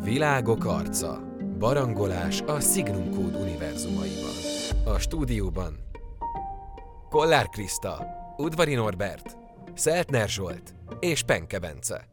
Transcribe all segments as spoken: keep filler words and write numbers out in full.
Világok arca. Barangolás a Signum Code univerzumaiban. A stúdióban Kollár Kriszta, Udvari Norbert, Szeltner Zsolt és Penke Bence.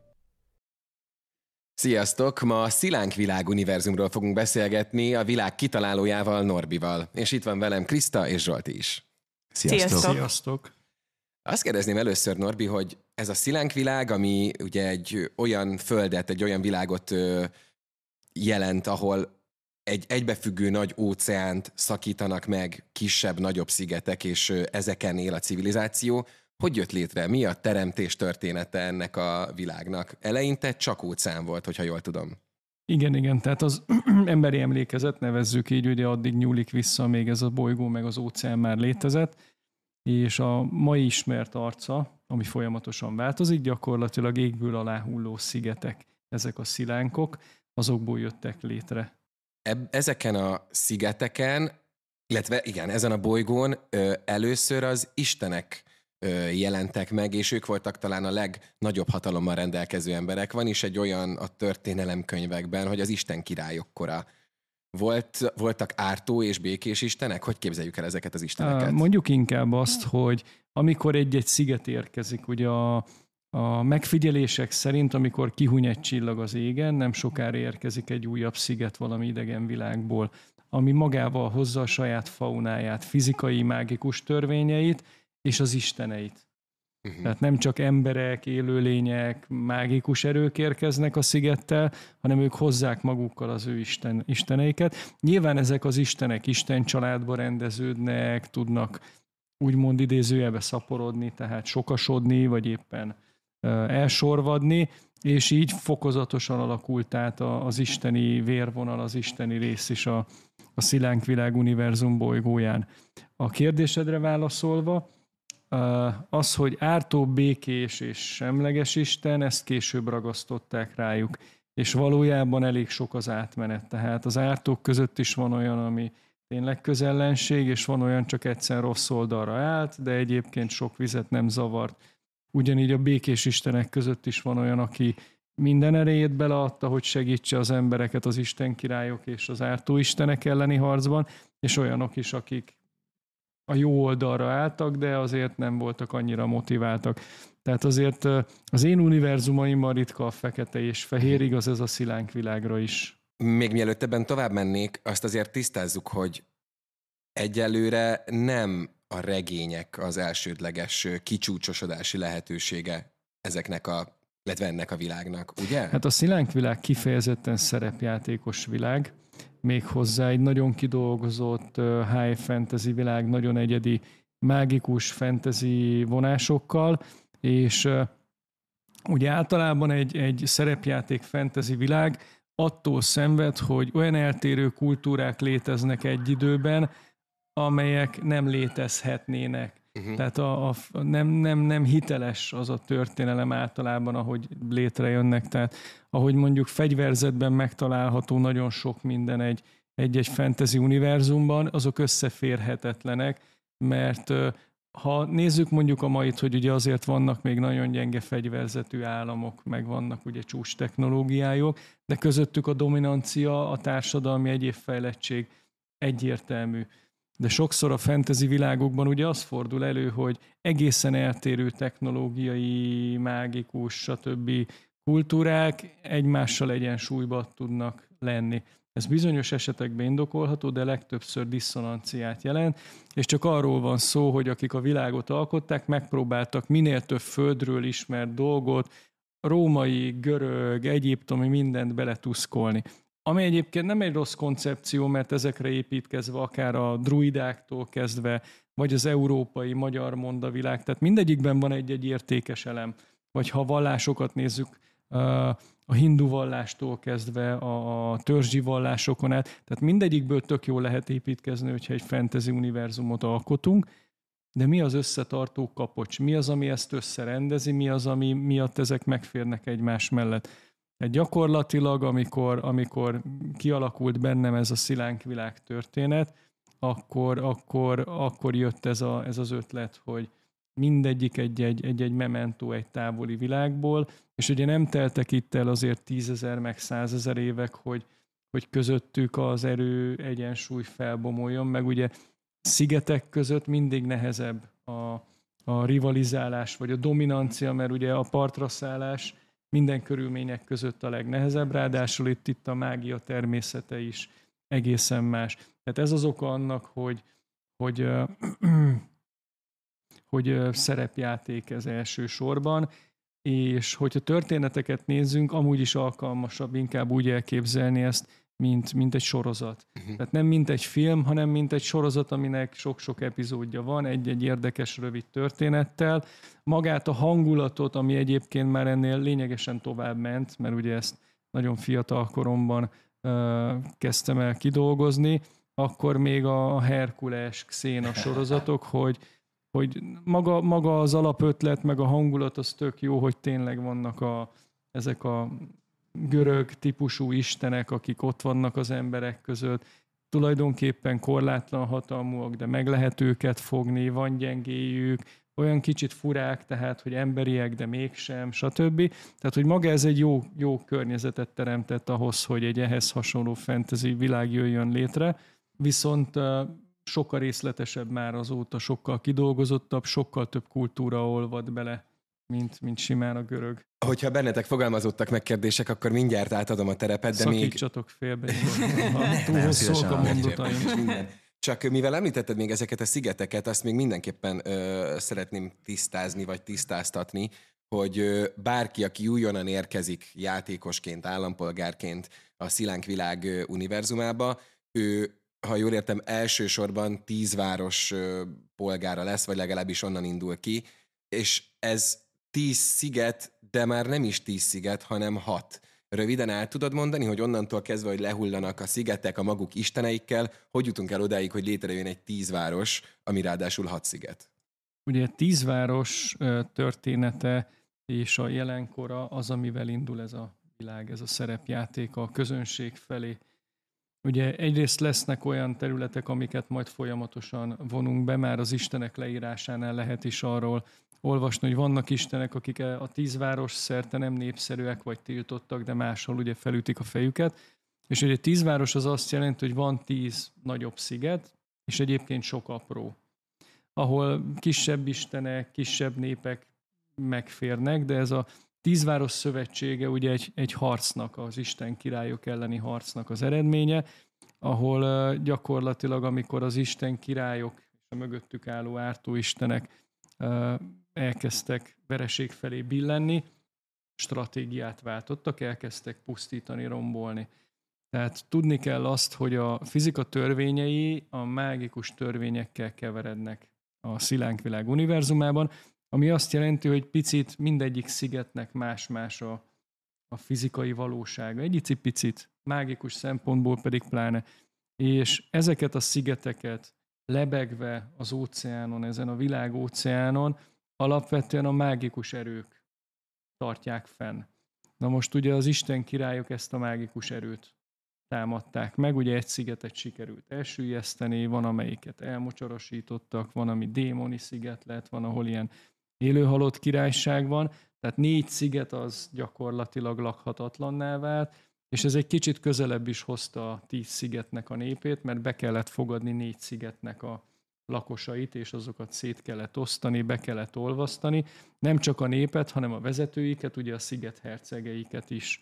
Sziasztok! Ma a Szilánk Világ univerzumról fogunk beszélgetni a világ kitalálójával, Norbival. És itt van velem Kriszta és Zsolti is. Sziasztok! Sziasztok! Sziasztok. Azt kérdezném először, Norbi, hogy ez a Szilánk világ, ami ugye egy olyan földet, egy olyan világot ö, jelent, ahol egy egybefüggő nagy óceánt szakítanak meg kisebb-nagyobb szigetek, és ö, ezeken él a civilizáció. Hogy jött létre? Mi a teremtés története ennek a világnak? Eleinte csak óceán volt, hogyha jól tudom. Igen, igen, tehát az emberi emlékezet, nevezzük így, ugye addig nyúlik vissza, még ez a bolygó, meg az óceán már létezett, és a mai ismert arca, ami folyamatosan változik, gyakorlatilag égből alá hulló szigetek, ezek a szilánkok, azokból jöttek létre. Eb- ezeken a szigeteken, illetve igen, ezen a bolygón ö, először az istenek ö, jelentek meg, és ők voltak talán a legnagyobb hatalommal rendelkező emberek. Van is egy olyan a történelemkönyvekben, hogy az Isten királyok kora. Volt, voltak ártó és békés istenek? Hogy képzeljük el ezeket az isteneket? Mondjuk inkább azt, hogy amikor egy-egy sziget érkezik, ugye a, a megfigyelések szerint, amikor kihuny egy csillag az égen, nem sokára érkezik egy újabb sziget valami idegen világból, ami magával hozza a saját faunáját, fizikai, mágikus törvényeit és az isteneit. Uh-huh. Tehát nem csak emberek, élőlények, mágikus erők érkeznek a szigettel, hanem ők hozzák magukkal az ő isten, isteneiket. Nyilván ezek az istenek Isten családba rendeződnek, tudnak úgymond idézőjelbe szaporodni, tehát sokasodni, vagy éppen uh, elsorvadni, és így fokozatosan alakult át az isteni vérvonal, az isteni rész is a, a Szilánk Világ univerzum bolygóján. A kérdésedre válaszolva, az, hogy ártó, békés és semleges Isten, ezt később ragasztották rájuk. És valójában elég sok az átmenet. Tehát az ártók között is van olyan, ami tényleg közellenség, és van olyan, csak egyszer rossz oldalra állt, de egyébként sok vizet nem zavart. Ugyanígy a békés istenek között is van olyan, aki minden erejét beleadta, hogy segítse az embereket az istenkirályok és az ártó istenek elleni harcban, és olyanok is, akik a jó oldalra álltak, de azért nem voltak annyira motiváltak. Tehát azért az én univerzumaimban ritka a fekete és fehér, igaz ez a Szilánk világra is. Még mielőtt ebben tovább mennék, azt azért tisztázzuk, hogy egyelőre nem a regények az elsődleges kicsúcsosodási lehetősége ezeknek a, illetve ennek a világnak, ugye? Hát a Szilánk világ kifejezetten szerepjátékos világ, méghozzá egy nagyon kidolgozott high fantasy világ, nagyon egyedi mágikus fantasy vonásokkal, és ugye általában egy, egy szerepjáték fantasy világ attól szenved, hogy olyan eltérő kultúrák léteznek egy időben, amelyek nem létezhetnének. Uh-huh. Tehát a, a, nem, nem, nem hiteles az a történelem általában, ahogy létrejönnek. Tehát ahogy mondjuk fegyverzetben megtalálható nagyon sok minden egy, egy-egy fantasy univerzumban, azok összeférhetetlenek, mert ha nézzük mondjuk a mait, hogy ugye azért vannak még nagyon gyenge fegyverzetű államok, meg vannak ugye csúcs technológiájuk, de közöttük a dominancia, a társadalmi egyéb fejlettség egyértelmű. De sokszor a fantasy világokban ugye az fordul elő, hogy egészen eltérő technológiai, mágikus, stb. Kultúrák egymással egyensúlyban tudnak lenni. Ez bizonyos esetekben indokolható, de legtöbbször diszonanciát jelent, és csak arról van szó, hogy akik a világot alkották, megpróbáltak minél több földről ismert dolgot, római, görög, egyiptomi mindent beletuszkolni. Ami egyébként nem egy rossz koncepció, mert ezekre építkezve akár a druidáktól kezdve, vagy az európai, magyar mondavilág, tehát mindegyikben van egy-egy értékes elem. Vagy ha vallásokat nézzük, a hindu vallástól kezdve a törzsi vallásokon át, tehát mindegyikből tök jól lehet építkezni, hogyha egy fantasy univerzumot alkotunk, de mi az összetartó kapocs? Mi az, ami ezt összerendezi? Mi az, ami miatt ezek megférnek egymás mellett? Hát gyakorlatilag, amikor, amikor kialakult bennem ez a Szilánk világ történet, akkor, akkor, akkor jött ez, a, ez az ötlet, hogy mindegyik egy-egy, egy-egy mementó egy távoli világból, és ugye nem teltek itt el azért tízezer meg százezer évek, hogy, hogy közöttük az erő egyensúly felbomoljon, meg ugye szigetek között mindig nehezebb a, a rivalizálás, vagy a dominancia, mert ugye a partra szállás minden körülmények között a legnehezebb, ráadásul itt, itt a mágia természete is egészen más. Tehát ez az oka annak, hogy, hogy, hogy szerepjáték ez elsősorban, és hogyha történeteket nézzünk, amúgy is alkalmasabb inkább úgy elképzelni ezt, mint, mint egy sorozat. Uh-huh. Tehát nem mint egy film, hanem mint egy sorozat, aminek sok-sok epizódja van, egy-egy érdekes, rövid történettel. Magát a hangulatot, ami egyébként már ennél lényegesen tovább ment, mert ugye ezt nagyon fiatal koromban uh, kezdtem el kidolgozni, akkor még a Herkules, Xena sorozatok, hogy, hogy maga, maga az alapötlet, meg a hangulat az tök jó, hogy tényleg vannak a, ezek a görög típusú istenek, akik ott vannak az emberek között, tulajdonképpen korlátlan hatalmúak, de meg lehet őket fogni, van gyengéjük, olyan kicsit furák, tehát, hogy emberiek, de mégsem, stb. Tehát, hogy maga ez egy jó, jó környezetet teremtett ahhoz, hogy egy ehhez hasonló fantasy világ jöjjön létre, viszont sokkal részletesebb már azóta, sokkal kidolgozottabb, sokkal több kultúra olvad bele, mint, mint simán a görög. Hogyha bennetek fogalmazottak meg kérdések, akkor mindjárt átadom a terepet, de még... Szakítsatok félbe, ha túl hosszúak a mondataim. Csak mivel említetted még ezeket a szigeteket, azt még mindenképpen ö, szeretném tisztázni, vagy tisztáztatni, hogy ö, bárki, aki újonnan érkezik játékosként, állampolgárként a Szilánkvilág ö, univerzumába, ő, ha jól értem, elsősorban tíz város ö, polgára lesz, vagy legalábbis onnan indul ki, és ez tíz sziget, de már nem is tíz sziget, hanem hat. Röviden el tudod mondani, hogy onnantól kezdve, hogy lehullanak a szigetek a maguk isteneikkel, hogy jutunk el odáig, hogy létrejön egy tíz város, ami ráadásul hat sziget? Ugye tíz város története és a jelenkora az, amivel indul ez a világ, ez a szerepjáték a közönség felé. Ugye egyrészt lesznek olyan területek, amiket majd folyamatosan vonunk be, már az istenek leírásánál lehet is arról olvasni, hogy vannak istenek, akik a tíz város szerte nem népszerűek vagy tiltottak, de máshol ugye felütik a fejüket. És ugye tíz város az azt jelenti, hogy van tíz nagyobb sziget, és egyébként sok apró, ahol kisebb istenek, kisebb népek megférnek, de ez a tíz város szövetsége ugye egy, egy harcnak, az isten királyok elleni harcnak az eredménye, ahol gyakorlatilag, amikor az isten királyok és a mögöttük álló ártóistenek elkezdtek vereség felé billenni, stratégiát váltottak, elkezdtek pusztítani, rombolni. Tehát tudni kell azt, hogy a fizika törvényei a mágikus törvényekkel keverednek a Szilánkvilág univerzumában, ami azt jelenti, hogy picit mindegyik szigetnek más-más a, a fizikai valósága. Egy icipicit, mágikus szempontból pedig pláne. És ezeket a szigeteket lebegve az óceánon, ezen a világ óceánon, alapvetően a mágikus erők tartják fenn. Na most ugye az Isten királyok ezt a mágikus erőt támadták meg, ugye egy szigetet sikerült elsüllyeszteni, van amelyiket elmocsorosítottak, van ami démoni sziget lett, van ahol ilyen élőhalott királyság van, tehát négy sziget az gyakorlatilag lakhatatlanná vált, és ez egy kicsit közelebb is hozta a tíz szigetnek a népét, mert be kellett fogadni négy szigetnek a lakosait, és azokat szét kellett osztani, be kellett olvasztani. Nem csak a népet, hanem a vezetőiket, ugye a sziget hercegeiket is,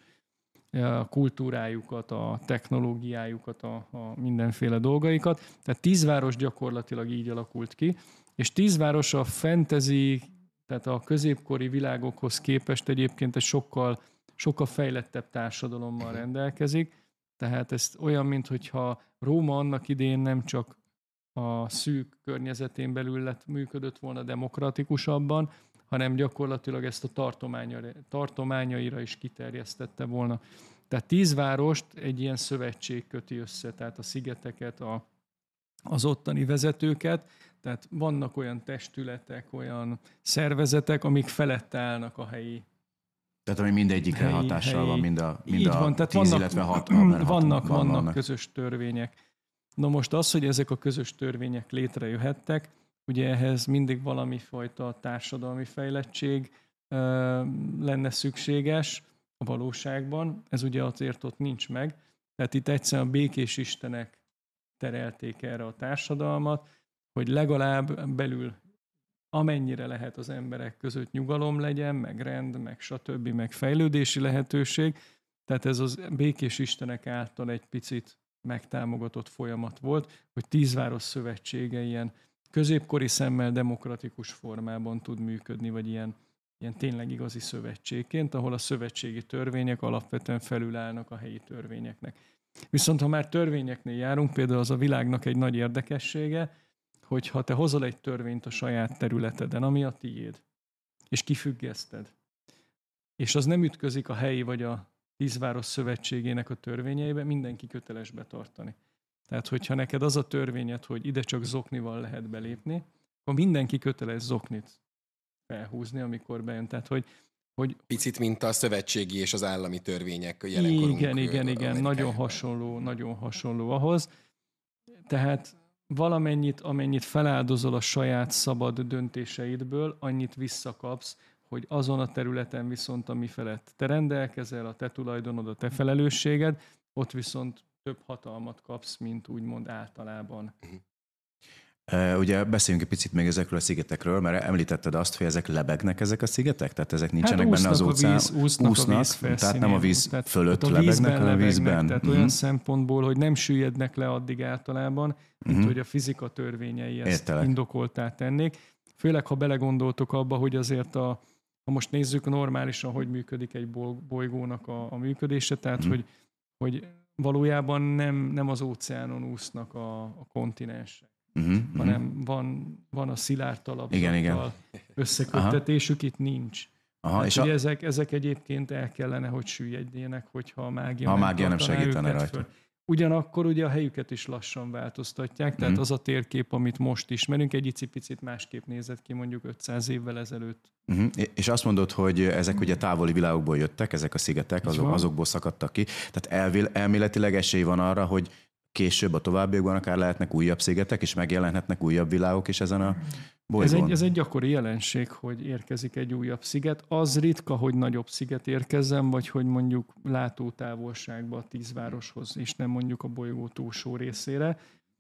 a kultúrájukat, a technológiájukat, a, a mindenféle dolgaikat. Tehát tíz város gyakorlatilag így alakult ki, és tíz város a fantasy, tehát a középkori világokhoz képest egyébként egy sokkal sokkal fejlettebb társadalommal rendelkezik, tehát ez olyan, mintha Róma annak idén nem csak a szűk környezetén belül lett, működött volna demokratikusabban, hanem gyakorlatilag ezt a tartományra, tartományaira is kiterjesztette volna. Tehát tíz várost egy ilyen szövetség köti össze, tehát a szigeteket, a, az ottani vezetőket, tehát vannak olyan testületek, olyan szervezetek, amik felett állnak a helyi. Tehát ami mindegyikre helyi, hatással helyi, van, mind a, mind a van, tíz, vannak, illetve hat. Vannak, vannak, vannak közös törvények. Na most az, hogy ezek a közös törvények létrejöhettek, ugye ehhez mindig valami fajta társadalmi fejlettség lenne szükséges a valóságban, ez ugye azért ott nincs meg. Tehát itt egyszerűen a békés istenek terelték erre a társadalmat, hogy legalább belül amennyire lehet az emberek között nyugalom legyen, meg rend, meg stb., meg fejlődési lehetőség. Tehát ez az békés istenek által egy picit megtámogatott folyamat volt, hogy tízváros szövetsége ilyen középkori szemmel demokratikus formában tud működni, vagy ilyen, ilyen tényleg igazi szövetségként, ahol a szövetségi törvények alapvetően felülállnak a helyi törvényeknek. Viszont ha már törvényeknél járunk, például az a világnak egy nagy érdekessége, hogy ha te hozol egy törvényt a saját területeden, ami a tiéd, és kifüggeszted, és az nem ütközik a helyi vagy a tízváros szövetségének a törvényeibe, mindenki köteles betartani. Tehát, hogyha neked az a törvényed, hogy ide csak zoknival lehet belépni, akkor mindenki köteles zoknit felhúzni, amikor bejön. Tehát, hogy, hogy picit, mint a szövetségi és az állami törvények jelenkorunk. Igen, igen, igen, nagyon hasonló, nagyon hasonló ahhoz. Tehát valamennyit, amennyit feláldozol a saját szabad döntéseidből, annyit visszakapsz, hogy azon a területen viszont, ami felett te rendelkezel, a te tulajdonod, a te felelősséged, ott viszont több hatalmat kapsz, mint úgymond általában. Uh, ugye beszéljünk egy picit még ezekről a szigetekről, mert említetted azt, hogy ezek lebegnek ezek a szigetek? Tehát ezek nincsenek hát benne az óceán? Víz, úsznak, úsznak a víz felszínén. Tehát nem a víz tehát, fölött tehát a lebegnek, hanem a vízben. Tehát uh-huh. olyan szempontból, hogy nem süllyednek le addig általában, mint uh-huh. hogy a fizika törvényei ezt Értelek. indokoltá tennék. Főleg, ha belegondoltok abba, hogy azért a, ha most nézzük normálisan, hogy működik egy bolygónak a, a működése, tehát uh-huh. hogy, hogy valójában nem, nem az óceánon úsznak a, a kontinensek. Uh-huh, hanem uh-huh. van, van a szilárd talapzattal összeköttetésük, itt nincs. Aha, hát és ugye a... ezek, ezek egyébként el kellene, hogy süllyedjenek, hogyha a mágia, a nem, mágia nem segítene rajta. Föl. Ugyanakkor ugye a helyüket is lassan változtatják, tehát uh-huh. az a térkép, amit most ismerünk, egy icipicit másképp nézett ki mondjuk ötszáz évvel ezelőtt. Uh-huh. És azt mondod, hogy ezek ugye távoli világokból jöttek, ezek a szigetek, azok, azokból szakadtak ki. Tehát elvél, elméletileg esély van arra, hogy később a továbbiakban akár lehetnek újabb szigetek, és megjelenhetnek újabb világok is ezen a bolygón. Ez egy, ez egy gyakori jelenség, hogy érkezik egy újabb sziget. Az ritka, hogy nagyobb sziget érkezzen, vagy hogy mondjuk látótávolságba a tízvároshoz, és nem mondjuk a bolygó túlsó részére.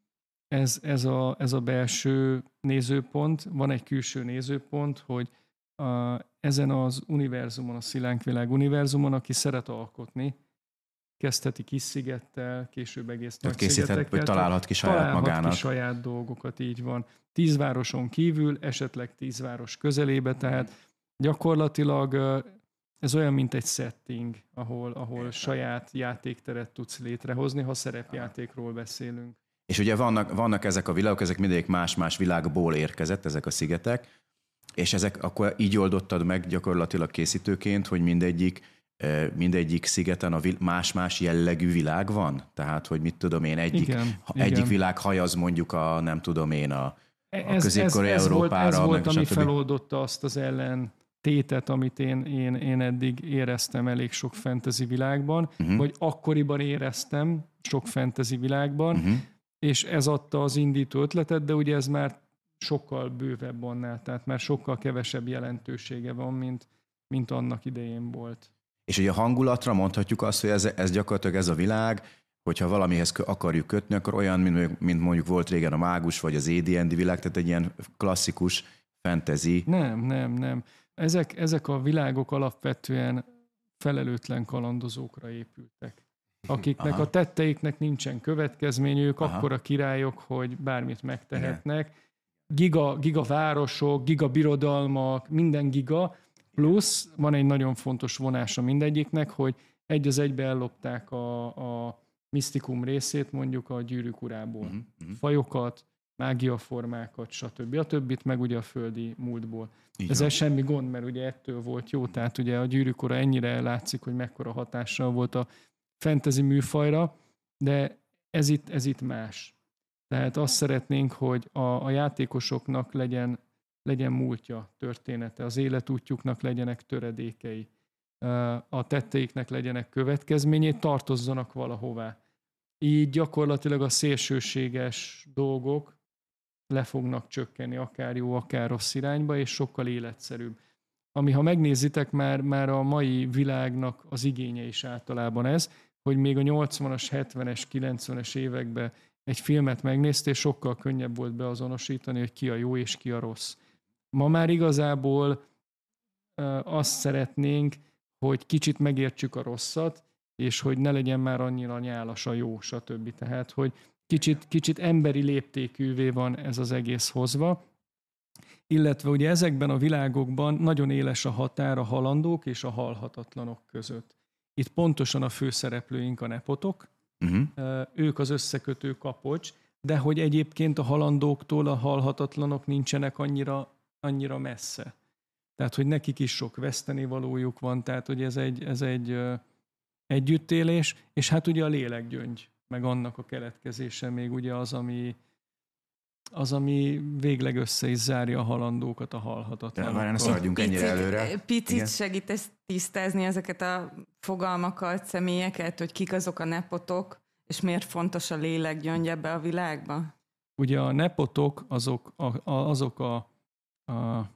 Ez, ez, a, ez a belső nézőpont. Van egy külső nézőpont, hogy a, ezen az univerzumon, a szilánkvilág univerzumon, aki szeret alkotni, kezdheti kis szigettel, később egész nagy szigetekkel. Hogy találhat ki saját találhat magának. Ki saját dolgokat, így van. Tíz városon kívül, esetleg tíz város közelébe, tehát gyakorlatilag ez olyan, mint egy setting, ahol, ahol saját játékteret tudsz létrehozni, ha szerepjátékról beszélünk. És ugye vannak, vannak ezek a világok, ezek mindegyik más-más világból érkezett, ezek a szigetek, és ezek akkor így oldottad meg gyakorlatilag készítőként, hogy mindegyik mindegyik szigeten a más-más jellegű világ van? Tehát, hogy mit tudom én, egyik, igen, egyik igen. világ hajaz mondjuk a, nem tudom én, a, a ez, közép-korea ez, ez Európára. Volt, ez volt, ami stb. feloldotta azt az ellen tétet, amit én, én, én eddig éreztem elég sok fantasy világban, uh-huh. vagy akkoriban éreztem sok fantasy világban, uh-huh. és ez adta az indító ötletet, de ugye ez már sokkal bővebb annál, tehát már sokkal kevesebb jelentősége van, mint, mint annak idején volt. És ugye a hangulatra mondhatjuk azt, hogy ez, ez gyakorlatilag ez a világ, hogyha valamihez akarjuk kötni, akkor olyan, mint, mint mondjuk volt régen a mágus, vagy az á dé és dé világ, tehát egy ilyen klasszikus fantasy. Nem, nem, nem. Ezek, ezek a világok alapvetően felelőtlen kalandozókra épültek, akiknek Aha. a tetteiknek nincsen következményük, akkor a királyok, hogy bármit megtehetnek. Giga, giga városok, giga birodalmak, minden giga, plusz van egy nagyon fontos vonása mindegyiknek, hogy egy az egybe ellopták a, a misztikum részét mondjuk a Gyűrűk urából. Uh-huh. Fajokat, mágiaformákat, stb. A többit meg ugye a földi múltból. Igen. Ezzel semmi gond, mert ugye ettől volt jó, tehát ugye a Gyűrűk ura ennyire látszik, hogy mekkora hatással volt a fantasy műfajra, de ez itt, ez itt más. Tehát azt szeretnénk, hogy a, a játékosoknak legyen legyen múltja, története, az életútjuknak legyenek töredékei, a tetteiknek legyenek következményei, tartozzanak valahová. Így gyakorlatilag a szélsőséges dolgok le fognak csökkenni akár jó, akár rossz irányba, és sokkal életszerűbb. Ami, ha megnézitek, már, már a mai világnak az igénye is általában ez, hogy még a nyolcvanas, hetvenes, kilencvenes években egy filmet megnéztél, sokkal könnyebb volt beazonosítani, hogy ki a jó és ki a rossz. Ma már igazából azt szeretnénk, hogy kicsit megértsük a rosszat, és hogy ne legyen már annyira nyálas a jó, stb. Tehát, hogy kicsit, kicsit emberi léptékűvé van ez az egész hozva, illetve ugye ezekben a világokban nagyon éles a határ a halandók és a halhatatlanok között. Itt pontosan a főszereplőink a nepotok, uh-huh. ők az összekötő kapocs, de hogy egyébként a halandóktól a halhatatlanok nincsenek annyira, annyira messze. Tehát, hogy nekik is sok vesztenivalójuk van, tehát, hogy ez egy, ez egy együttélés, és hát ugye a lélekgyöngy, meg annak a keletkezése még ugye az, ami, az, ami végleg össze is zárja a halandókat a halhatatlanokkal. Várján, szaladjunk ennyire előre. Picit segítesz tisztázni ezeket a fogalmakat, személyeket, hogy kik azok a nepotok, és miért fontos a lélekgyöngy ebbe a világba? Ugye a nepotok azok a, a, azok a, a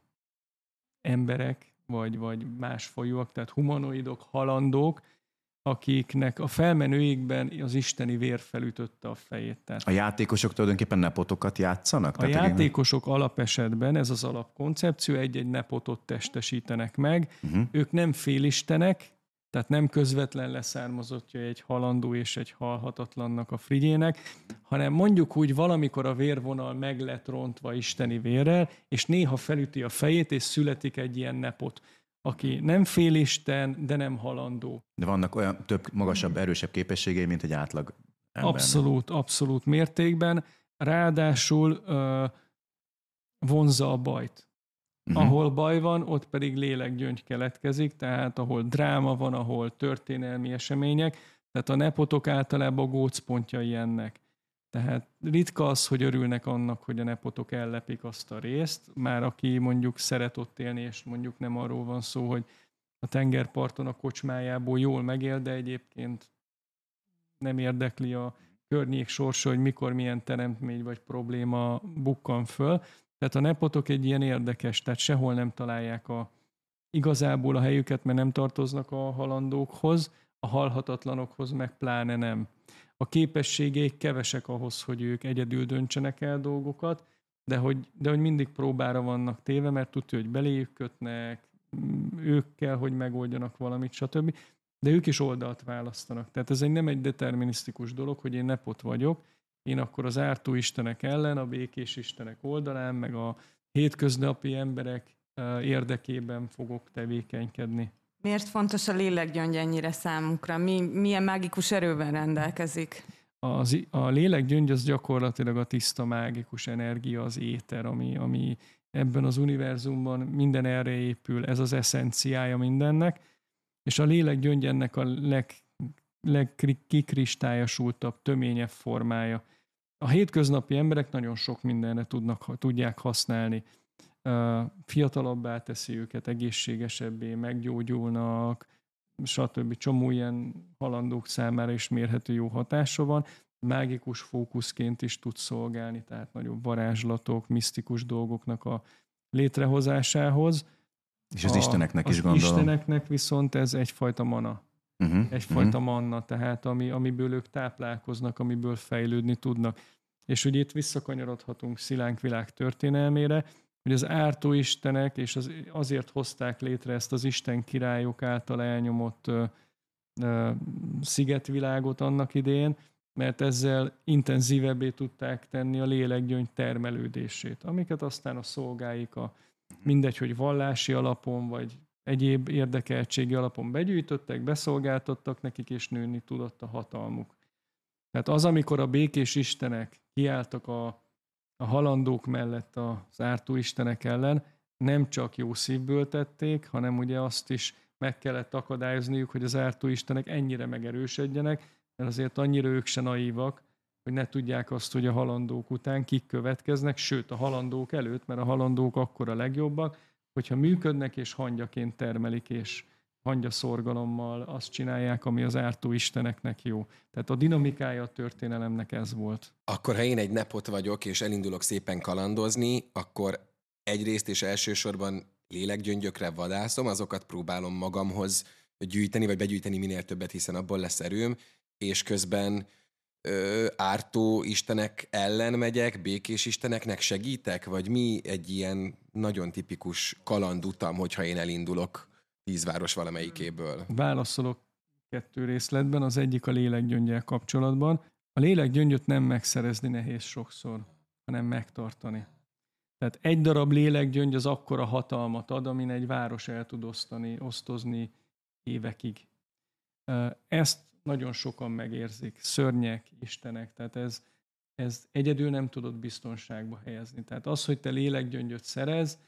emberek, vagy, vagy másfajúak, tehát humanoidok, halandók, akiknek a felmenőikben az isteni vér felütötte a fejét. Tehát a játékosok tulajdonképpen nepotokat játszanak? A Tehát játékosok igen. alapesetben, ez az alapkoncepció, egy-egy nepotot testesítenek meg. Uh-huh. Ők nem félistenek, tehát nem közvetlen leszármazottja egy halandó és egy halhatatlannak a frigyének, hanem mondjuk úgy valamikor a vérvonal meg lett rontva isteni vérrel, és néha felüti a fejét, és születik egy ilyen nepot, aki nem félisten, de nem halandó. De vannak olyan több, magasabb, erősebb képességei, mint egy átlag ember. Abszolút, abszolút mértékben. Ráadásul ö, vonzza a bajt. Uh-huh. Ahol baj van, ott pedig lélekgyöngy keletkezik, tehát ahol dráma van, ahol történelmi események, tehát a nepotok általában gócpontjai ennek. Tehát ritka az, hogy örülnek annak, hogy a nepotok ellepik azt a részt, már aki mondjuk szeret ott élni, és mondjuk nem arról van szó, hogy a tengerparton a kocsmájából jól megél, de egyébként nem érdekli a környék sorsa, hogy mikor milyen teremtmény vagy probléma bukkan föl. Tehát a nepotok egy ilyen érdekes, tehát sehol nem találják a, igazából a helyüket, mert nem tartoznak a halandókhoz, a halhatatlanokhoz meg pláne nem. A képességeik kevesek ahhoz, hogy ők egyedül döntsenek el dolgokat, de hogy, de hogy mindig próbára vannak téve, mert tudja, hogy beléjük kötnek, ők kell, hogy megoldjanak valamit, stb. De ők is oldalt választanak. Tehát ez egy nem egy determinisztikus dolog, hogy én nepot vagyok, én akkor az ártó istenek ellen, a békés istenek oldalán, meg a hétköznapi emberek érdekében fogok tevékenykedni. Miért fontos a lélekgyöngy ennyire számunkra? Mi, milyen mágikus erővel rendelkezik? Az, a lélekgyöngy az gyakorlatilag a tiszta mágikus energia, az éter, ami, ami ebben az univerzumban minden erre épül, ez az eszenciája mindennek, és a lélekgyöngy ennek a leg, legkikristályosultabb, töményebb formája. A hétköznapi emberek nagyon sok mindenre tudnak, tudják használni. Fiatalabbá teszi őket, egészségesebbé, meggyógyulnak, stb. Csomó ilyen halandók számára is mérhető jó hatása van. Mágikus fókuszként is tud szolgálni, tehát nagyobb varázslatok, misztikus dolgoknak a létrehozásához. És az a, isteneknek is az gondolom. Az isteneknek viszont ez egyfajta mana. Uh-huh, egyfajta uh-huh. manna, tehát ami, amiből ők táplálkoznak, amiből fejlődni tudnak. És ugye itt visszakanyarodhatunk Szilánk világ történelmére, hogy az ártó istenek, és az, azért hozták létre ezt az isten királyok által elnyomott ö, ö, szigetvilágot annak idején, mert ezzel intenzívebbé tudták tenni a lélekgyöngy termelődését, amiket aztán a szolgáik, a, mindegy, hogy vallási alapon, vagy egyéb érdekeltségi alapon begyűjtöttek, beszolgáltattak nekik, és nőni tudott a hatalmuk. Tehát az, amikor a békés istenek kiálltak a, a halandók mellett az ártó istenek ellen, nem csak jó szívből tették, hanem ugye azt is meg kellett akadályozniuk, hogy az ártó istenek ennyire megerősödjenek, mert azért annyira ők se naívak, hogy ne tudják azt, hogy a halandók után kik következnek, sőt a halandók előtt, mert a halandók akkor a legjobbak, hogyha működnek és hangyaként termelik és hangyaszorgalommal azt csinálják, ami az ártó isteneknek jó. Tehát a dinamikája a történelemnek ez volt. Akkor, ha én egy nepot vagyok, és elindulok szépen kalandozni, akkor egyrészt és elsősorban lélekgyöngyökre vadászom, azokat próbálom magamhoz gyűjteni, vagy begyűjteni minél többet, hiszen abból lesz erőm, és közben ö, ártó istenek ellen megyek, békés isteneknek segítek, vagy mi egy ilyen nagyon tipikus kalandutam, hogyha én elindulok tíz város valamelyikéből? Válaszolok kettő részletben, az egyik a lélekgyöngyel kapcsolatban. A lélekgyöngyöt nem megszerezni nehéz sokszor, hanem megtartani. Tehát egy darab lélekgyöngy az akkora hatalmat ad, amin egy város el tud osztani, osztozni évekig. Ezt nagyon sokan megérzik, szörnyek, istenek, tehát ez, ez egyedül nem tudod biztonságba helyezni. Tehát az, hogy te lélekgyöngyöt szerez,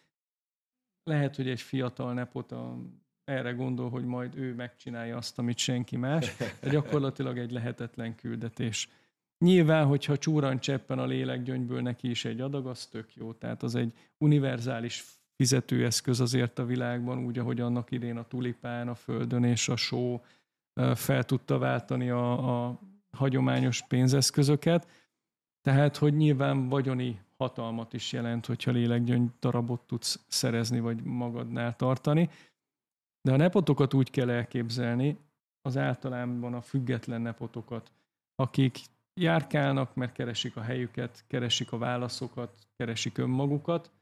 lehet, hogy egy fiatal nepota erre gondol, hogy majd ő megcsinálja azt, amit senki más, de gyakorlatilag egy lehetetlen küldetés. Nyilván, hogyha csúran cseppen a lélekgyöngyből neki is egy adag, az tök jó. Tehát az egy univerzális fizetőeszköz azért a világban, úgy, ahogy annak idén a tulipán, a földön és a só fel tudta váltani a, a hagyományos pénzeszközöket. Tehát, hogy nyilván vagyoni hatalmat is jelent, hogyha lélekgyöngy darabot tudsz szerezni, vagy magadnál tartani. De a nepotokat úgy kell elképzelni, az általában a független nepotokat, akik járkálnak, mert keresik a helyüket, keresik a válaszokat, keresik önmagukat,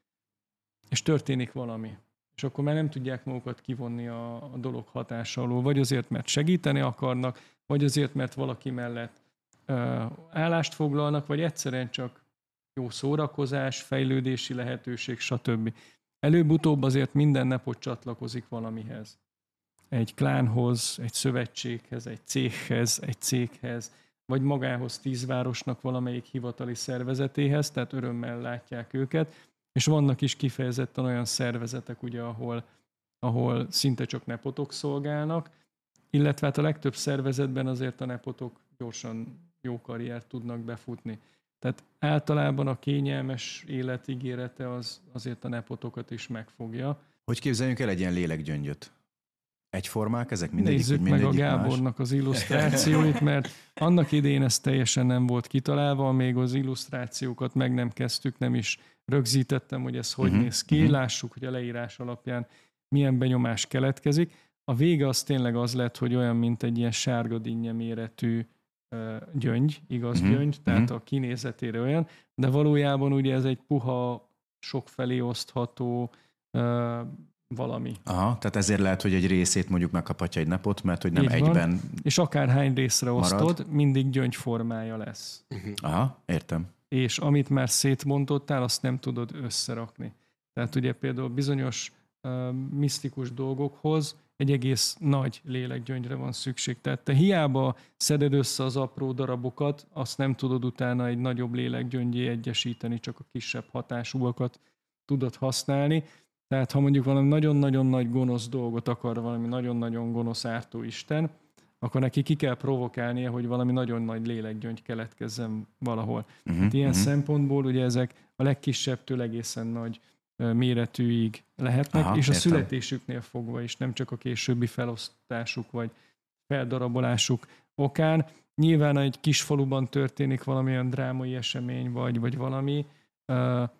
és történik valami. És akkor már nem tudják magukat kivonni a, a dolog hatása alól, vagy azért, mert segíteni akarnak, vagy azért, mert valaki mellett ö, állást foglalnak, vagy egyszerűen csak jó szórakozás, fejlődési lehetőség, stb. Előbb-utóbb azért minden nepot csatlakozik valamihez. Egy klánhoz, egy szövetséghez, egy céghez, egy céghez, vagy magához tíz városnak valamelyik hivatali szervezetéhez, tehát örömmel látják őket, és vannak is kifejezetten olyan szervezetek, ugye, ahol, ahol szinte csak nepotok szolgálnak, illetve hát a legtöbb szervezetben azért a nepotok gyorsan jó karriert tudnak befutni. Tehát általában a kényelmes élet ígérete az azért a nepotokat is megfogja. Hogy képzeljünk el egy ilyen lélekgyöngyöt? Egyformák ezek? Mindegyik, Nézzük mindegyik meg a Gábornak más? az illusztrációit, mert annak idén ez teljesen nem volt kitalálva, még az illusztrációkat meg nem kezdtük, nem is rögzítettem, hogy ez hogy Uh-huh, néz ki. uh-huh. Lássuk, hogy a leírás alapján milyen benyomás keletkezik. A vége az tényleg az lett, hogy olyan, mint egy ilyen sárga dinnye méretű uh, gyöngy, igaz Uh-huh, gyöngy, tehát uh-huh. a kinézetére olyan, de valójában ugye ez egy puha, sokfelé osztható uh, valami. Aha, tehát ezért lehet, hogy egy részét mondjuk megkaphatja egy nepot, mert hogy nem Így van. egyben... És akárhány részre marad. osztod, mindig gyöngy formája lesz. Aha, értem. És amit már szétmontottál, azt nem tudod összerakni. Tehát ugye például bizonyos uh, misztikus dolgokhoz egy egész nagy lélekgyöngyre van szükség. Tehát te hiába szeded össze az apró darabokat, azt nem tudod utána egy nagyobb lélekgyöngyé egyesíteni, csak a kisebb hatásúakat tudod használni. Tehát ha mondjuk valami nagyon-nagyon nagy gonosz dolgot akar valami nagyon-nagyon gonosz ártó isten, akkor neki ki kell provokálnia, hogy valami nagyon nagy lélekgyöngy keletkezzen valahol. Uh-huh, Hát ilyen uh-huh. szempontból ugye ezek a legkisebbtől egészen nagy méretűig lehetnek, Aha, és a értem. születésüknél fogva is, nem csak a későbbi felosztásuk vagy feldarabolásuk okán. Nyilván egy kis faluban történik valamilyen drámai esemény, vagy, vagy valami, uh,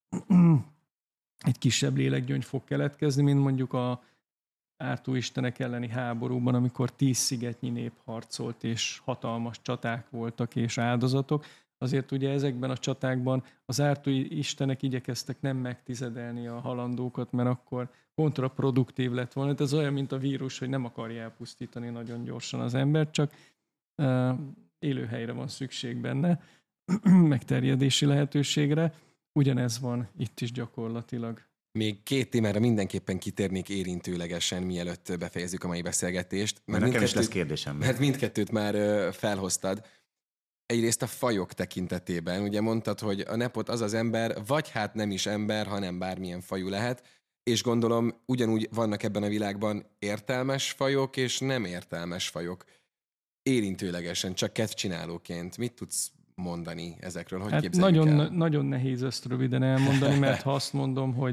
egy kisebb lélekgyöngy fog keletkezni, mint mondjuk a ártó istenek elleni háborúban, amikor tíz szigetnyi nép harcolt, és hatalmas csaták voltak, és áldozatok. Azért ugye ezekben a csatákban az ártó istenek igyekeztek nem megtizedelni a halandókat, mert akkor kontraproduktív lett volna. Ez olyan, mint a vírus, hogy nem akarja elpusztítani nagyon gyorsan az embert, csak uh, élőhelyre van szükség benne, megterjedési lehetőségre. Ugyanez van itt is gyakorlatilag. Még két témára mindenképpen kitérnék érintőlegesen, mielőtt befejezzük a mai beszélgetést. Mert nekem is lesz kérdésem. Mert mindkettőt már ö, felhoztad. Egyrészt a fajok tekintetében, ugye mondtad, hogy a nepot az az ember, vagy hát nem is ember, hanem bármilyen fajú lehet, és gondolom ugyanúgy vannak ebben a világban értelmes fajok és nem értelmes fajok. Érintőlegesen, csak kedvcsinálóként. Mit tudsz mondani ezekről? Hogy Hát képzeljük nagyon, el? nagyon nehéz ezt röviden elmondani, mert ha azt mondom, hogy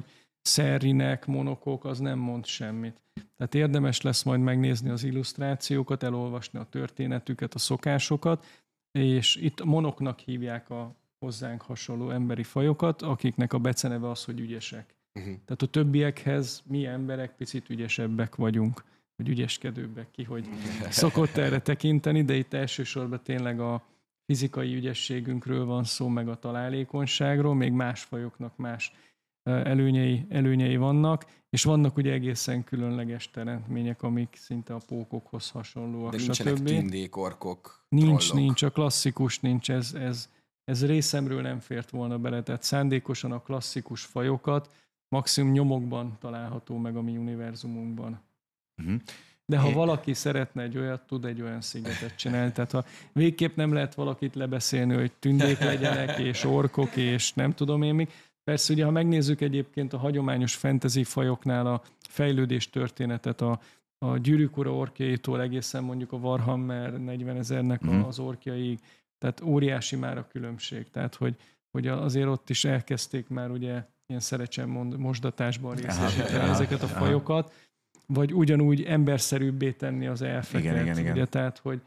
szerrinek, monokok, az nem mond semmit. Tehát érdemes lesz majd megnézni az illusztrációkat, elolvasni a történetüket, a szokásokat, és itt monoknak hívják a hozzánk hasonló emberi fajokat, akiknek a beceneve az, hogy ügyesek. Uh-huh. Tehát a többiekhez mi emberek picit ügyesebbek vagyunk, vagy ügyeskedőbbek, ki, hogy szokott erre tekinteni, de itt elsősorban tényleg a fizikai ügyességünkről van szó, meg a találékonyságról, még más fajoknak más előnyei, előnyei vannak, és vannak ugye egészen különleges teremtmények, amik szinte a pókokhoz hasonlóak. De nincsenek tündék, orkok, Nincs, trollok. nincs, a klasszikus nincs, ez, ez, ez részemről nem fért volna bele, tehát szándékosan a klasszikus fajokat maximum nyomokban található meg a mi univerzumunkban. Uh-huh. De ha valaki szeretne egy olyat, tud egy olyan szigetet csinálni. Tehát ha végképp nem lehet valakit lebeszélni, hogy tündék legyenek, és orkok, és nem tudom én még. Persze, ugye, ha megnézzük egyébként a hagyományos fantasy fajoknál a fejlődés történetet, a, a Gyűrűk ura orkjaitól egészen mondjuk a Warhammer negyvenezernek mm. az orkjaig, tehát óriási már a különbség. Tehát, hogy, hogy azért ott is elkezdték már ugye ilyen szerecsen mosdatásban részesíteni ezeket a fajokat, vagy ugyanúgy emberszerűbbé tenni az elfeket. Igen, igen, igen. Ugye, tehát, hogy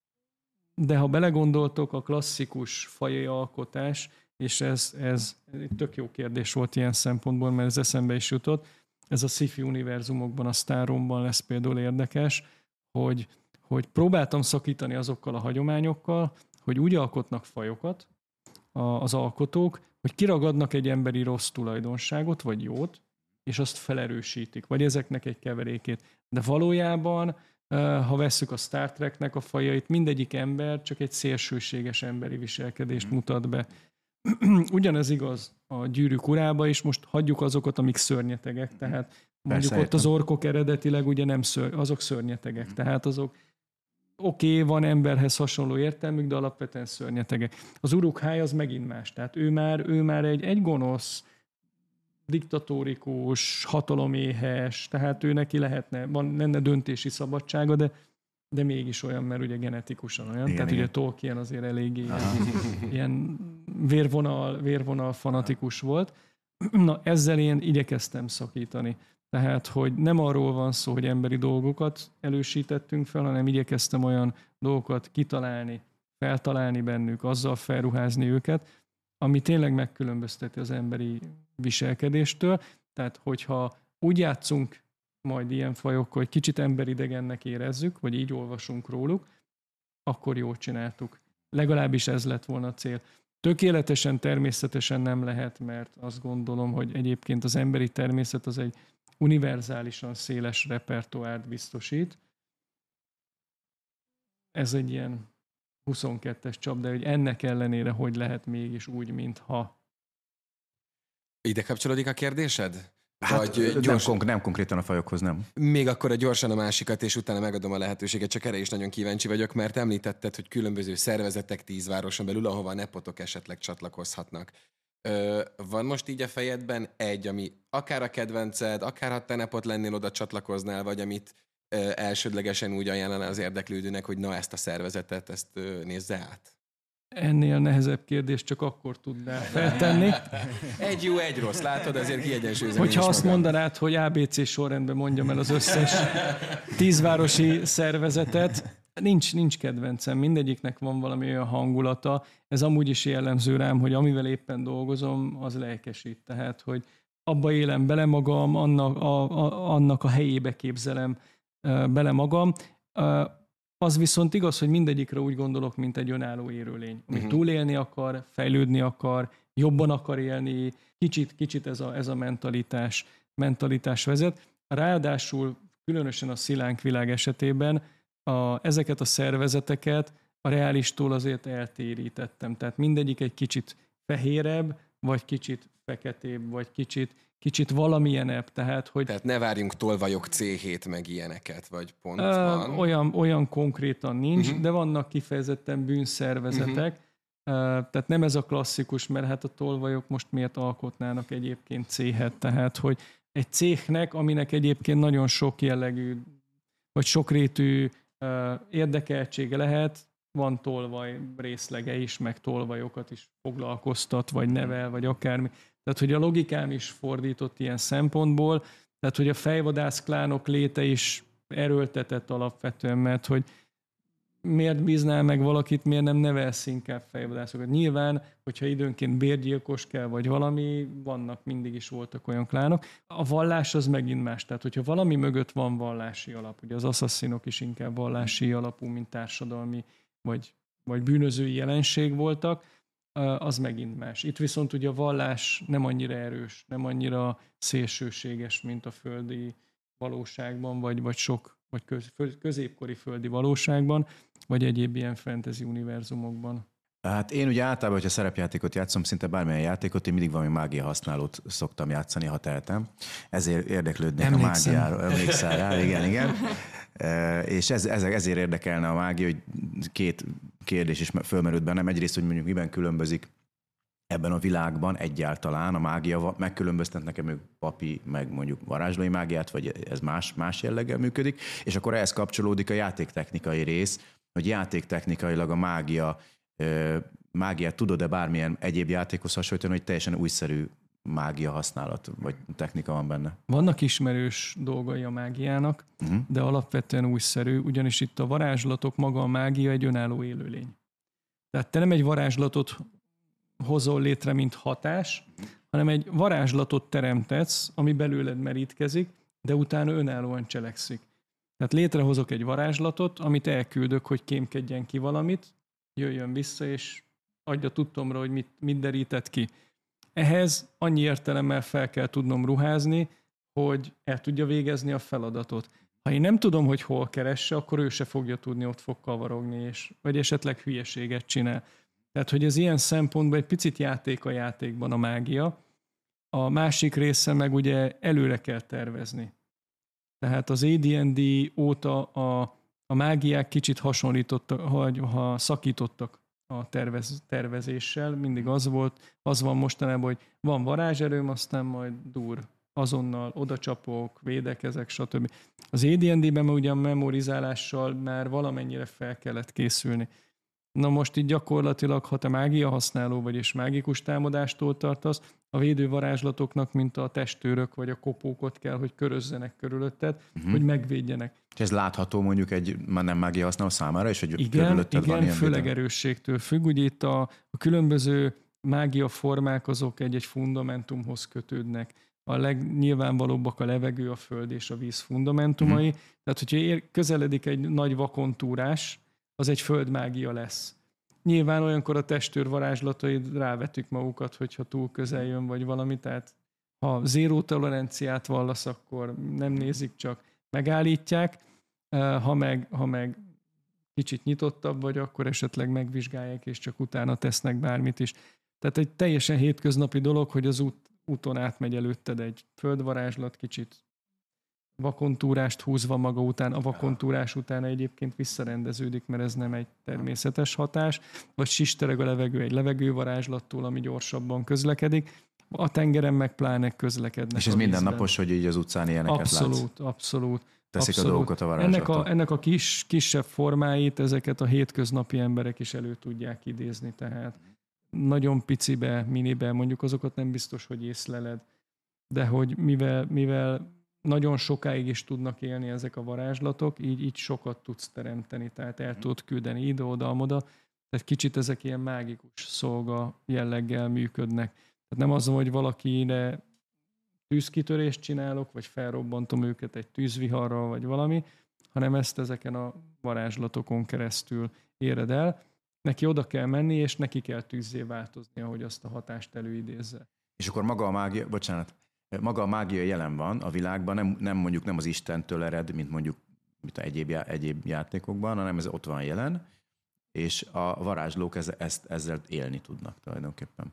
de ha belegondoltok, a klasszikus fajai alkotás, és ez, ez tök jó kérdés volt ilyen szempontból, mert ez eszembe is jutott, ez a sci-fi univerzumokban, a Star Wars-ban lesz például érdekes, hogy, hogy próbáltam szakítani azokkal a hagyományokkal, hogy úgy alkotnak fajokat az alkotók, hogy kiragadnak egy emberi rossz tulajdonságot, vagy jót, és azt felerősítik, vagy ezeknek egy keverékét. De valójában, ha vesszük a Star Treknek a fajait, mindegyik ember csak egy szélsőséges emberi viselkedést mutat be. Ugyanez igaz a Gyűrűk urába is, most hagyjuk azokat, amik szörnyetegek, tehát mondjuk Persze, ott az orkok eredetileg ugye nem ször, azok szörnyetegek, tehát azok oké, okay, van emberhez hasonló értelmük, de alapvetően szörnyetegek. Az Uruk-hai az megint más, tehát ő már, ő már egy, egy gonosz, diktatórikus, hataloméhes, tehát ő neki lehetne, van lenne döntési szabadsága, de, de mégis olyan, mert ugye genetikusan olyan. Igen, tehát igen. Ugye Tolkien azért eléggé ilyen vérvonal, vérvonal fanatikus volt. Na, ezzel én igyekeztem szakítani. Tehát, hogy nem arról van szó, hogy emberi dolgokat elősítettünk fel, hanem igyekeztem olyan dolgokat kitalálni, feltalálni bennük, azzal felruházni őket, ami tényleg megkülönbözteti az emberi viselkedéstől. Tehát, hogyha úgy játszunk majd ilyen fajokkal, hogy kicsit emberidegennek érezzük, vagy így olvasunk róluk, akkor jól csináltuk. Legalábbis ez lett volna a cél. Tökéletesen, természetesen nem lehet, mert azt gondolom, hogy egyébként az emberi természet az egy univerzálisan széles repertoárt biztosít. Ez egy ilyen huszonkettes csap, de hogy ennek ellenére hogy lehet mégis úgy, mintha. Ide kapcsolódik a kérdésed? Hát Vagy gyors... nem, konk- nem konkrétan a fajokhoz, nem. Még akkor a gyorsan a másikat, és utána megadom a lehetőséget, csak erre is nagyon kíváncsi vagyok, mert említetted, hogy különböző szervezetek tíz városon belül, ahova a nepotok esetleg csatlakozhatnak. Ö, van most így a fejedben egy, ami akár a kedvenced, akár ha te nepot lennél, oda csatlakoznál, vagy amit ö, elsődlegesen úgy ajánlanál az érdeklődőnek, hogy na ezt a szervezetet, ezt ö, nézze át? Ennél nehezebb kérdést csak akkor tudnál feltenni. Egy jó, egy rossz, látod, ezért kiegyensúlyozom. Hogyha azt magam. mondanád, hogy á bé cé sorrendben mondjam el az összes tízvárosi szervezetet, nincs, nincs kedvencem, mindegyiknek van valami olyan hangulata. Ez amúgy is jellemző rám, hogy amivel éppen dolgozom, az lelkesít. Tehát, hogy abba élem bele magam, annak a, a, annak a helyébe képzelem uh, bele magam. Uh, Az viszont igaz, hogy mindegyikre úgy gondolok, mint egy önálló élőlény, ami uh-huh. túlélni akar, fejlődni akar, jobban akar élni, kicsit, kicsit ez a, ez a mentalitás, mentalitás vezet. Ráadásul különösen a szilánk világ esetében a, ezeket a szervezeteket a reálistól azért eltérítettem. Tehát mindegyik egy kicsit fehérebb, vagy kicsit feketébb, vagy kicsit Kicsit valamilyenebb, tehát, hogy... Tehát ne várjunk tolvajok cé hét meg ilyeneket, vagy pont uh, van? Olyan, olyan konkrétan nincs, uh-huh. de vannak kifejezetten bűnszervezetek, uh-huh. uh, tehát nem ez a klasszikus, mert hát a tolvajok most miért alkotnának egyébként céhet, tehát, hogy egy céhnek, aminek egyébként nagyon sok jellegű, vagy sokrétű uh, érdekeltsége lehet, van tolvaj részlege is, meg tolvajokat is foglalkoztat, vagy nevel, vagy akármi. Tehát, hogy a logikám is fordított ilyen szempontból, tehát, hogy a fejvadász klánok léte is erőltetett alapvetően, mert hogy miért bíznál meg valakit, miért nem nevelsz inkább fejvadászokat. Nyilván, hogyha időnként bérgyilkos kell, vagy valami, vannak, mindig is voltak olyan klánok. A vallás az megint más. Tehát, hogyha valami mögött van vallási alap, ugye az asszaszinok is inkább vallási alapú, mint társadalmi, vagy, vagy bűnözői jelenség voltak, az megint más. Itt viszont ugye a vallás nem annyira erős, nem annyira szélsőséges, mint a földi valóságban, vagy, vagy sok vagy középkori földi valóságban, vagy egyéb ilyen fantasy univerzumokban. Hát én ugye általában, hogyha szerepjátékot játszom, szinte bármilyen játékot, én mindig valami mágia használót szoktam játszani, ha tehetem. Ezért érdeklődnék a mágiáról. Emlékszel rá? Igen, igen. És ez, ez, ezért érdekelne a mágia, hogy két kérdés is fölmerült bennem. Egyrészt, hogy mondjuk miben különbözik ebben a világban egyáltalán a mágia, megkülönböztet nekem ők papi, meg mondjuk varázslói mágiát, vagy ez más, más jelleggel működik, és akkor ehhez kapcsolódik a játéktechnikai rész, hogy játéktechnikailag a mágia, mágiát tudod-e bármilyen egyéb játékhoz hasonlítani, hogy teljesen újszerű mágia használat, vagy technika van benne? Vannak ismerős dolgai a mágiának, uh-huh. de alapvetően újszerű, ugyanis itt a varázslatok, maga a mágia egy önálló élőlény. Tehát te nem egy varázslatot hozol létre, mint hatás, hanem egy varázslatot teremtetsz, ami belőled merítkezik, de utána önállóan cselekszik. Tehát létrehozok egy varázslatot, amit elküldök, hogy kémkedjen ki valamit, jöjjön vissza, és adja tudtomra, hogy mit, mit derített ki. Ehhez annyi értelemmel fel kell tudnom ruházni, hogy el tudja végezni a feladatot. Ha én nem tudom, hogy hol keresse, akkor ő se fogja tudni, ott fog kavarogni, és, vagy esetleg hülyeséget csinál. Tehát, hogy ez ilyen szempontból egy picit játék a játékban a mágia. A másik része meg ugye előre kell tervezni. Tehát az á dé és dé óta a, a mágiák kicsit hasonlítottak, ha, ha szakítottak a tervez, tervezéssel. Mindig az volt, az van mostanában, hogy van varázserőm, aztán majd dur. Azonnal odacsapok, védekezek, stb. Az á dé és dében ugye a memorizálással már valamennyire fel kellett készülni. Na most így gyakorlatilag, ha te mágia használó vagy és mágikus támadástól tartasz, a védővarázslatoknak, mint a testőrök vagy a kopókot kell, hogy körözzenek körülötted, uh-huh. hogy megvédjenek. És ez látható mondjuk egy már nem mágia használó számára is, hogy igen, körülötted igen, van ilyen főleg videó? Erősségtől függ. Ugye itt a, a különböző mágia formák azok egy-egy fundamentumhoz kötődnek. A legnyilvánvalóbbak a levegő, a föld és a víz fundamentumai. Uh-huh. Tehát, hogyha ér, közeledik egy nagy vakontúrás, az egy földmágia lesz. Nyilván olyankor a testőr varázslataid rávetük magukat, hogyha túl közel jön, vagy valami, tehát ha zéró toleranciát vallasz, akkor nem nézik, csak megállítják, ha meg, ha meg kicsit nyitottabb vagy, akkor esetleg megvizsgálják, és csak utána tesznek bármit is. Tehát egy teljesen hétköznapi dolog, hogy az út, úton átmegy előtted egy földvarázslat, kicsit vakontúrást húzva maga után, a vakontúrás után egyébként visszarendeződik, mert ez nem egy természetes hatás, vagy sistereg a levegő egy levegővarázslattól, ami gyorsabban közlekedik. A tengeren meg pláne közlekednek. És ez mindennapos, hogy így az utcán ilyeneket abszolút, látsz? Abszolút, Teszik abszolút. a dolgokat a varázslatok. Ennek a, ennek a kis, kisebb formáit, ezeket a hétköznapi emberek is elő tudják idézni, tehát nagyon picibe, minibe, mondjuk azokat nem biztos, hogy észleled, de hogy mivel, mivel nagyon sokáig is tudnak élni ezek a varázslatok, így, így sokat tudsz teremteni, tehát el tudod küldeni ide-oda-amoda, tehát kicsit ezek ilyen mágikus szolga jelleggel működnek. Tehát nem az, hogy valakire tűzkitörést csinálok, vagy felrobbantom őket egy tűzviharral, vagy valami, hanem ezt ezeken a varázslatokon keresztül éred el. Neki oda kell menni, és neki kell tűzzé változni, ahogy azt a hatást előidézze. És akkor maga a mágia, bocsánat, maga a mágia jelen van a világban, nem, nem mondjuk nem az Istentől ered, mint mondjuk mint egyéb, já, egyéb játékokban, hanem ez ott van jelen, és a varázslók ez, ezt, ezzel élni tudnak tulajdonképpen.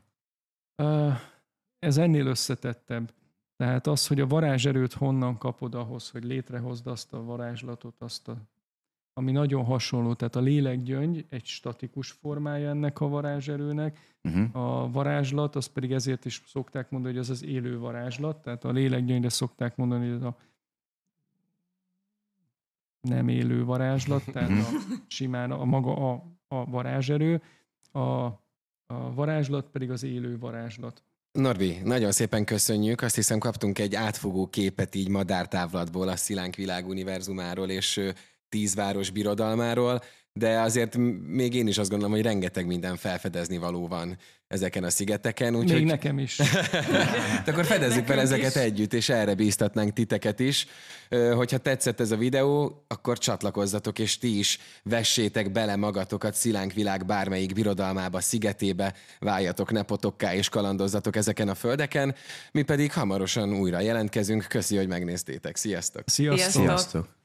Ez ennél összetettebb. Tehát az, hogy a varázserőt honnan kapod ahhoz, hogy létrehozd azt a varázslatot, azt a, ami nagyon hasonló, tehát a lélekgyöngy egy statikus formája ennek a varázserőnek, uh-huh. a varázslat, az pedig ezért is szokták mondani, hogy az az élő varázslat, tehát a lélekgyöngyre szokták mondani, hogy ez a nem élő varázslat, tehát a simán a maga a, a varázserő, a, a varázslat pedig az élő varázslat. Norbi, nagyon szépen köszönjük. Azt hiszem kaptunk egy átfogó képet így madártávlatból a Szilánk világ univerzumáról és tíz város birodalmáról, de azért még én is azt gondolom, hogy rengeteg minden felfedezni való van ezeken a szigeteken. Úgyhogy... Még nekem is. Akkor fedezzük fel ezeket is együtt, és erre bíztatnánk titeket is. Hogyha tetszett ez a videó, akkor csatlakozzatok, és ti is vessétek bele magatokat Szilánk világ bármelyik birodalmába, szigetébe, váljatok nepotokká, és kalandozzatok ezeken a földeken. Mi pedig hamarosan újra jelentkezünk. Köszi, hogy megnéztétek. Sziasztok! Sziasztok! Sziasztok. Sziasztok!